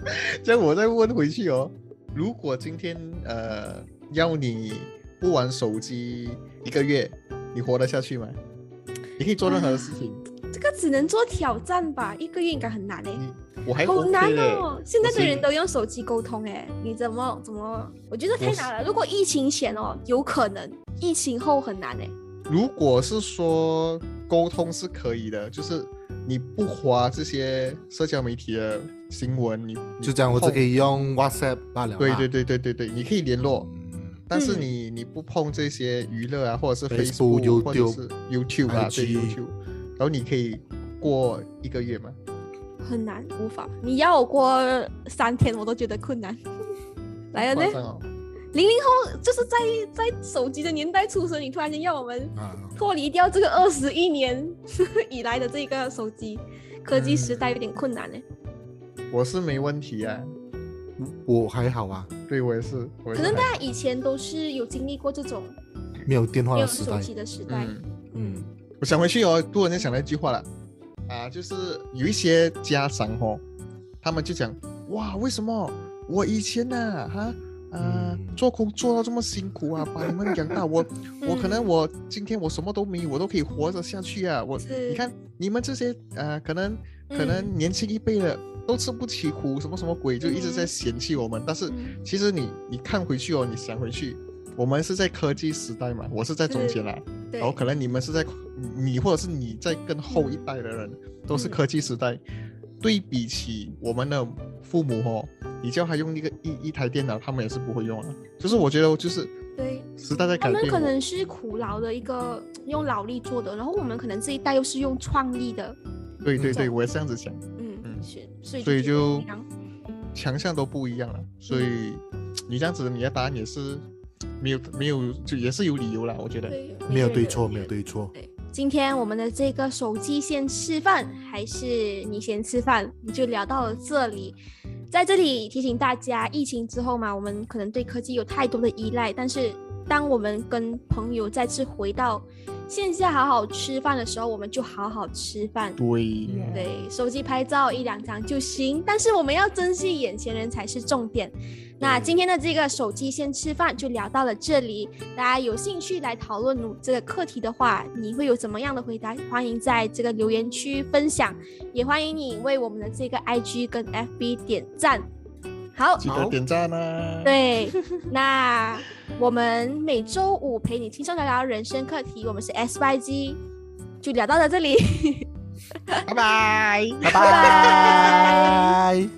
Speaker 2: 这样我再问回去哦，如果今天呃要你不玩手机一个月，你活得下去吗？你可以做任何的事情。
Speaker 1: 这个只能做挑战吧，一个月应该很难哎。
Speaker 2: 我还、
Speaker 1: OK、好难哦！现在的人
Speaker 2: 是
Speaker 1: 都用手机沟通哎，你怎么怎么？我觉得太难了。如果疫情前哦，有可能；疫情后很难哎。
Speaker 2: 如果是说沟通是可以的，就是你不滑这些社交媒体的新闻，你
Speaker 3: 就这样，我只可以用 WhatsApp 罢了。
Speaker 2: 对对对对对对，你可以联络。但是你你不碰这些娱乐啊，或者是 Facebook,
Speaker 3: Facebook
Speaker 2: 或者是 YouTube 啊，
Speaker 3: I G
Speaker 2: 对 YouTube， 然后你可以过一个月吗？
Speaker 1: 很难，无法。你要我过三天，我都觉得困难。来了呢？零零后就是在在手机的年代出生，你突然间要我们脱离掉这个二十一年以来的这个手机科技时代，有点困难呢。
Speaker 2: 我是没问题啊。
Speaker 3: 我还好啊，
Speaker 2: 对我也是，我也是
Speaker 1: 可能大家以前都是有经历过这种
Speaker 3: 没有电话的时代，
Speaker 1: 没有手机的时代。嗯，
Speaker 3: 嗯
Speaker 2: 我想回去哦，突然间想到一句话了啊，就是有一些家长哦，他们就讲哇，为什么我以前呢、啊，哈啊、嗯、做工做到这么辛苦啊，把你们养大，我我可能我今天我什么都没有，我都可以活着下去啊，我你看你们这些呃，可能可能年轻一辈的。嗯都吃不起苦，什么什么鬼，就一直在嫌弃我们。嗯、但是其实你你看回去哦，你想回去，我们是在科技时代嘛，我是在中间啦，然后可能你们是在你或者是你在更后一代的人、嗯、都是科技时代。对比起我们的父母哦，你叫他用一个一一台电脑，他们也是不会用啊。就是我觉得就是对时代在改变，
Speaker 1: 他们可能是苦劳的一个用劳力做的，然后我们可能这一代又是用创意的。
Speaker 2: 对对对，我也是这样子想。
Speaker 1: 所以 就,
Speaker 2: 所以就强项都不一样了，所以你这样子，你的答案也是没有没有，就也是有理由啦，我觉得
Speaker 3: 没有对错，没有对错。
Speaker 1: 对，今天我们的这个手机先吃饭还是你先吃饭，你就聊到了这里。在这里提醒大家，疫情之后嘛，我们可能对科技有太多的依赖，但是当我们跟朋友再次回到线下好好吃饭的时候，我们就好好吃饭。
Speaker 2: 对
Speaker 1: 对，手机拍照一两张就行，但是我们要珍惜眼前人才是重点。那今天的这个手机先吃饭就聊到了这里，大家有兴趣来讨论这个课题的话，你会有怎么样的回答？欢迎在这个留言区分享，也欢迎你为我们的这个 I G 跟 F B 点赞。好，
Speaker 2: 记得点赞啊！
Speaker 1: 对，那我们每周五陪你轻松聊聊人生课题，我们是 S Y G， 就聊到了这里，
Speaker 2: 拜拜，
Speaker 3: 拜拜。